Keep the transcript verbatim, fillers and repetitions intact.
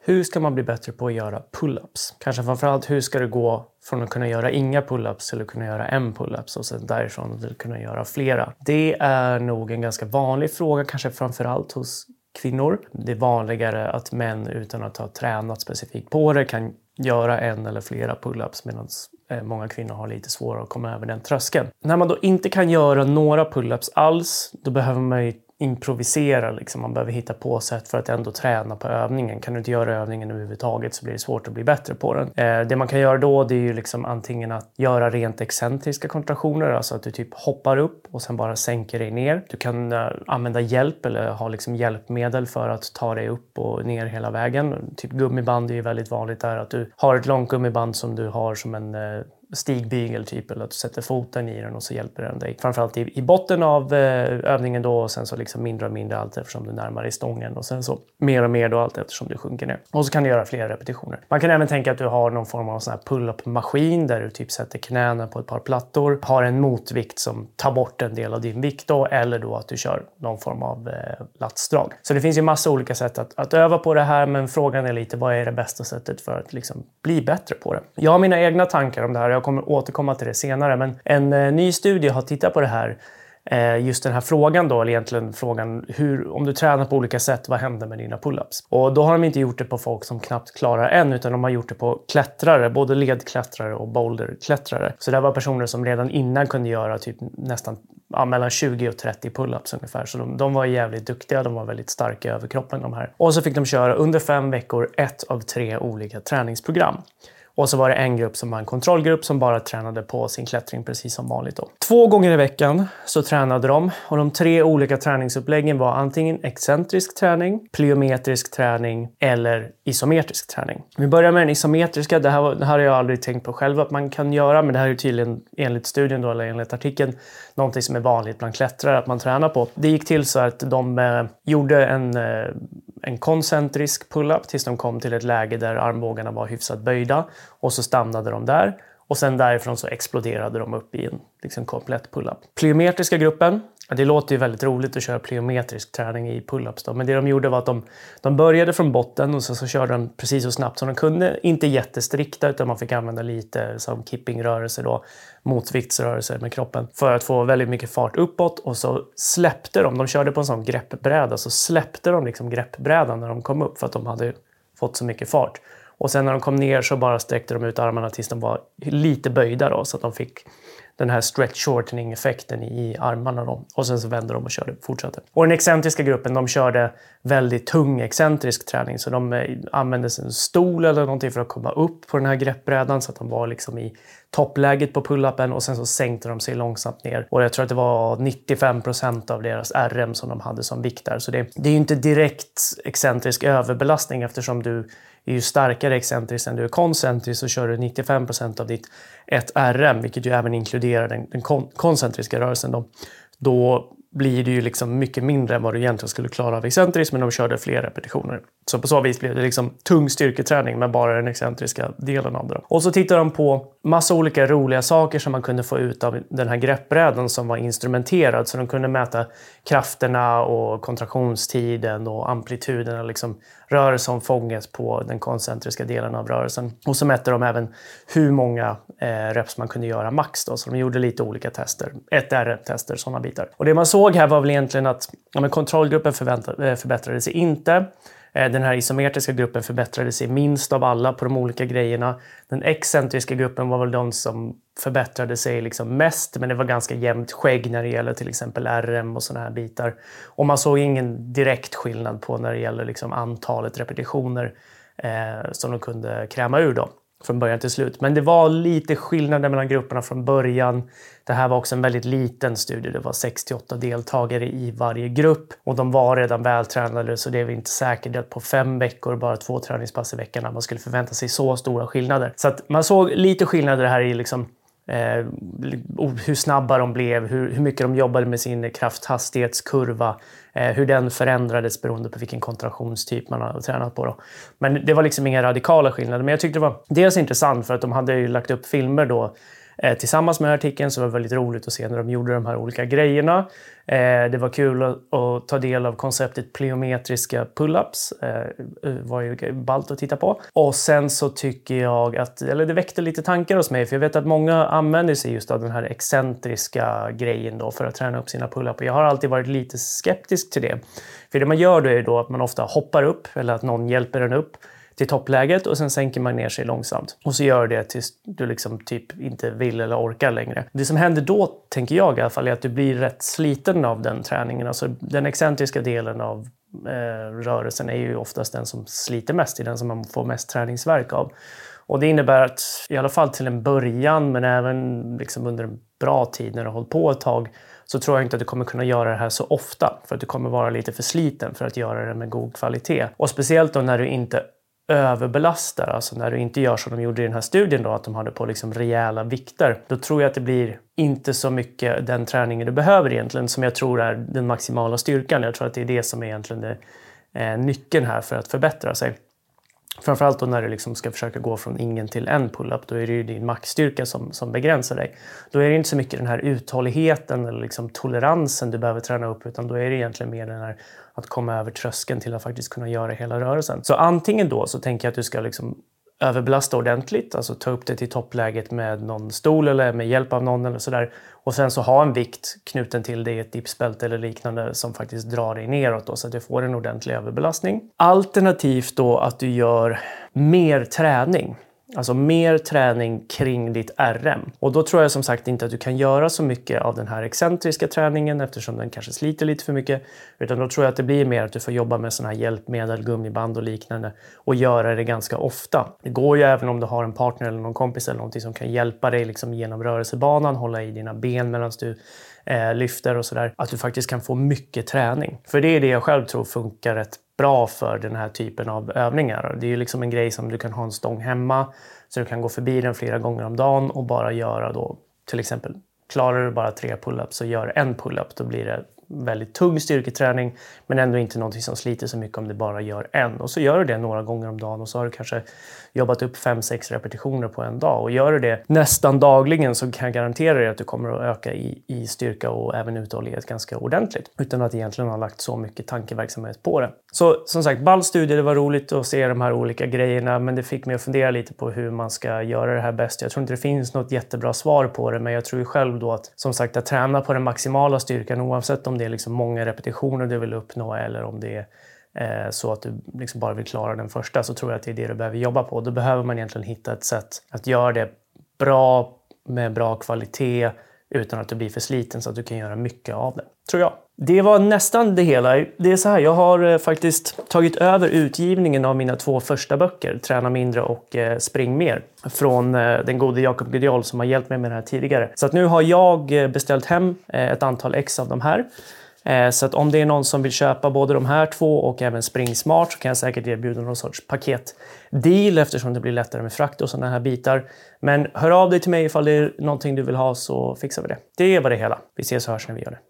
hur ska man bli bättre på att göra pull-ups? Kanske framförallt hur ska det gå från att kunna göra inga pull-ups till att kunna göra en pull-ups och sen därifrån till att kunna göra flera. Det är nog en ganska vanlig fråga, kanske framförallt hos kvinnor. Det är vanligare att män utan att ha tränat specifikt på det kan göra en eller flera pull-ups medan många kvinnor har lite svårare att komma över den tröskeln. När man då inte kan göra några pull-ups alls, då behöver man ju improvisera. Liksom. Man behöver hitta på sätt för att ändå träna på övningen. Kan du inte göra övningen överhuvudtaget så blir det svårt att bli bättre på den. Eh, det man kan göra då det är ju liksom antingen att göra rent excentriska kontraktioner. Alltså att du typ hoppar upp och sen bara sänker dig ner. Du kan eh, använda hjälp eller ha liksom hjälpmedel för att ta dig upp och ner hela vägen. Typ gummiband är ju väldigt vanligt där. Att du har ett långt gummiband som du har som en eh, stigbygel typ, eller att du sätter foten i den och så hjälper den dig. Framförallt i, i botten av eh, övningen då och sen så liksom mindre och mindre allt eftersom du närmar dig stången och sen så mer och mer då allt eftersom du sjunker ner. Och så kan du göra fler repetitioner. Man kan även tänka att du har någon form av sån här pull-up-maskin där du typ sätter knäna på ett par plattor, har en motvikt som tar bort en del av din vikt då, eller då att du kör någon form av eh, latsdrag. Så det finns ju massa olika sätt att, att öva på det här, men frågan är lite vad är det bästa sättet för att liksom bli bättre på det. Jag har mina egna tankar om det här. Jag kommer återkomma till det senare, men en eh, ny studie har tittat på det här. Eh, just den här frågan då, eller egentligen frågan hur, om du tränar på olika sätt, vad händer med dina pull-ups? Och då har de inte gjort det på folk som knappt klarar en, utan de har gjort det på klättrare, både ledklättrare och boulderklättrare. Så det var personer som redan innan kunde göra typ nästan ja, mellan tjugo och trettio pull-ups ungefär. Så de, de var jävligt duktiga, de var väldigt starka i överkroppen de här. Och så fick de köra under fem veckor ett av tre olika träningsprogram. Och så var det en grupp som var en kontrollgrupp som bara tränade på sin klättring precis som vanligt då. Två gånger i veckan så tränade de. Och de tre olika träningsuppläggen var antingen excentrisk träning, plyometrisk träning eller isometrisk träning. Vi börjar med den isometriska. Det här, var, det här har jag aldrig tänkt på själv att man kan göra. Men det här är tydligen enligt studien då, eller enligt artikeln någonting som är vanligt bland klättrare att man tränar på. Det gick till så att de eh, gjorde en... Eh, en koncentrisk pull-up tills de kom till ett läge där armbågarna var hyfsat böjda och så stannade de där och sen därifrån så exploderade de upp i en liksom komplett pull-up. Plyometriska gruppen, det låter ju väldigt roligt att köra plyometrisk träning i pull-ups då, men det de gjorde var att de, de började från botten och så, så körde de precis så snabbt som de kunde, inte jättestrikta utan man fick använda lite som kippingrörelser då, motviktsrörelser med kroppen för att få väldigt mycket fart uppåt och så släppte de, de körde på en sån greppbräda så släppte de liksom greppbrädan när de kom upp för att de hade fått så mycket fart. Och sen när de kom ner så bara sträckte de ut armarna tills de var lite böjda då, så att de fick den här stretch shortening effekten i armarna då. Och sen så vände de och körde, fortsatte. Och den excentriska gruppen, de körde väldigt tung excentrisk träning. Så de använde en stol eller någonting för att komma upp på den här greppbrädan så att de var liksom i toppläget på pull-upen och sen så sänkte de sig långsamt ner. Och jag tror att det var nittiofem procent av deras R M som de hade som vikt där. Så det, det är ju inte direkt excentrisk överbelastning eftersom du är ju starkare excentrisk än du är koncentrisk så kör du nittiofem procent av ditt ett R M, vilket ju även inkluderar den, den kon- koncentriska rörelsen då. Då blir det ju liksom mycket mindre än vad du egentligen skulle klara av excentrisk, men de körde fler repetitioner. Så på så vis blev det liksom tung styrketräning med bara den excentriska delen av det. Och så tittar de på massa olika roliga saker som man kunde få ut av den här greppbrädan som var instrumenterad. Så de kunde mäta krafterna och kontraktionstiden och amplituden och liksom rörelseomfånget på den koncentriska delen av rörelsen. Och så mätte de även hur många eh, reps man kunde göra max då. Så de gjorde lite olika tester. ett R M-tester, sådana bitar. Och det man såg här var väl egentligen att ja, men kontrollgruppen förväntade, förbättrade sig inte. Den här isometriska gruppen förbättrade sig minst av alla på de olika grejerna. Den excentriska gruppen var väl de som förbättrade sig liksom mest, men det var ganska jämnt skägg när det gäller till exempel R M och såna här bitar. Och man såg ingen direkt skillnad på när det gäller liksom antalet repetitioner eh, som de kunde kräma ur då. Från början till slut. Men det var lite skillnader mellan grupperna från början. Det här var också en väldigt liten studie. Det var sextioåtta deltagare i varje grupp. Och de var redan vältränade så det är inte säkert att på fem veckor, bara två träningspass i veckan, att man skulle förvänta sig så stora skillnader. Så att man såg lite skillnader här i liksom, eh, hur snabba de blev, hur, hur mycket de jobbade med sin krafthastighetskurva. Eh, hur den förändrades beroende på vilken kontraktionstyp man hade tränat på då. Men det var liksom inga radikala skillnader. Men jag tyckte det var dels intressant för att de hade ju lagt upp filmer då Eh, tillsammans med den här artikeln så var det väldigt roligt att se när de gjorde de här olika grejerna. Eh, det var kul att, att ta del av konceptet plyometriska pull-ups. Eh, det var ju ballt att titta på. Och sen så tycker jag att, eller det väckte lite tankar hos mig, för jag vet att många använder sig just av den här excentriska grejen då för att träna upp sina pull-ups. Jag har alltid varit lite skeptisk till det. För det man gör då är då att man ofta hoppar upp, eller att någon hjälper en upp till toppläget och sen sänker man ner sig långsamt. Och så gör det tills du liksom typ inte vill eller orkar längre. Det som händer då, tänker jag i alla fall, är att du blir rätt sliten av den träningen. Alltså den excentriska delen av eh, rörelsen är ju oftast den som sliter mest, det är den som man får mest träningsvärk av. Och det innebär att i alla fall till en början, men även liksom under en bra tid när du har hållit på ett tag, så tror jag inte att du kommer kunna göra det här så ofta. För att du kommer vara lite för sliten för att göra det med god kvalitet. Och speciellt då när du inte överbelastar, alltså när du inte gör som de gjorde i den här studien då, att de hade på liksom rejäla vikter, då tror jag att det blir inte så mycket den träningen du behöver egentligen, som jag tror är den maximala styrkan. Jag tror att det är det som är egentligen det, eh, nyckeln här för att förbättra sig. Framförallt då när du liksom ska försöka gå från ingen till en pull-up, då är det ju din maxstyrka som, som begränsar dig. Då är det inte så mycket den här uthålligheten eller liksom toleransen du behöver träna upp, utan då är det egentligen mer den här att komma över tröskeln till att faktiskt kunna göra hela rörelsen. Så antingen då så tänker jag att du ska liksom överbelasta ordentligt, alltså ta upp det till toppläget med någon stol eller med hjälp av någon eller sådär. Och sen så ha en vikt knuten till det, ett dipsbälte eller liknande som faktiskt drar dig neråt då, så att du får en ordentlig överbelastning. Alternativt då att du gör mer träning. Alltså mer träning kring ditt R M. Och då tror jag som sagt inte att du kan göra så mycket av den här excentriska träningen eftersom den kanske sliter lite för mycket. Utan då tror jag att det blir mer att du får jobba med sådana här hjälpmedel, gummiband och liknande. Och göra det ganska ofta. Det går ju även om du har en partner eller någon kompis eller någonting som kan hjälpa dig liksom genom rörelsebanan. Hålla i dina ben medan du eh, lyfter och sådär. Att du faktiskt kan få mycket träning. För det är det jag själv tror funkar rätt bra för den här typen av övningar. Det är ju liksom en grej som du kan ha en stång hemma, så du kan gå förbi den flera gånger om dagen och bara göra då, till exempel, klarar du bara tre pull-ups så gör en pull-up, då blir det väldigt tung styrketräning, men ändå inte någonting som sliter så mycket om du bara gör en. Och så gör du det några gånger om dagen och så har du kanske jobbat upp fem sex repetitioner på en dag. Och gör du det nästan dagligen så kan jag garantera dig att du kommer att öka i, i styrka och även uthållighet ganska ordentligt. Utan att egentligen ha lagt så mycket tankeverksamhet på det. Så som sagt, ball studie, det var roligt att se de här olika grejerna, men det fick mig att fundera lite på hur man ska göra det här bäst. Jag tror inte det finns något jättebra svar på det, men jag tror ju själv då att, som sagt, att träna på den maximala styrkan, oavsett om det är liksom många repetitioner du vill uppnå eller om det är eh, så att du liksom bara vill klara den första, så tror jag att det är det du behöver jobba på. Då behöver man egentligen hitta ett sätt att göra det bra, med bra kvalitet, utan att du blir för sliten så att du kan göra mycket av det, tror jag. Det var nästan det hela. Det är så här, jag har eh, faktiskt tagit över utgivningen av mina två första böcker, Träna mindre och eh, Spring mer, från eh, den gode Jakob Gudiol som har hjälpt mig med det här tidigare. Så att nu har jag eh, beställt hem eh, ett antal ex av de här. Eh, så att om det är någon som vill köpa både de här två och även Spring Smart, så kan jag säkert erbjuda någon sorts paketdeal, eftersom det blir lättare med frakt och sådana här bitar. Men hör av dig till mig ifall det är någonting du vill ha, så fixar vi det. Det var det hela. Vi ses och hörs när vi gör det.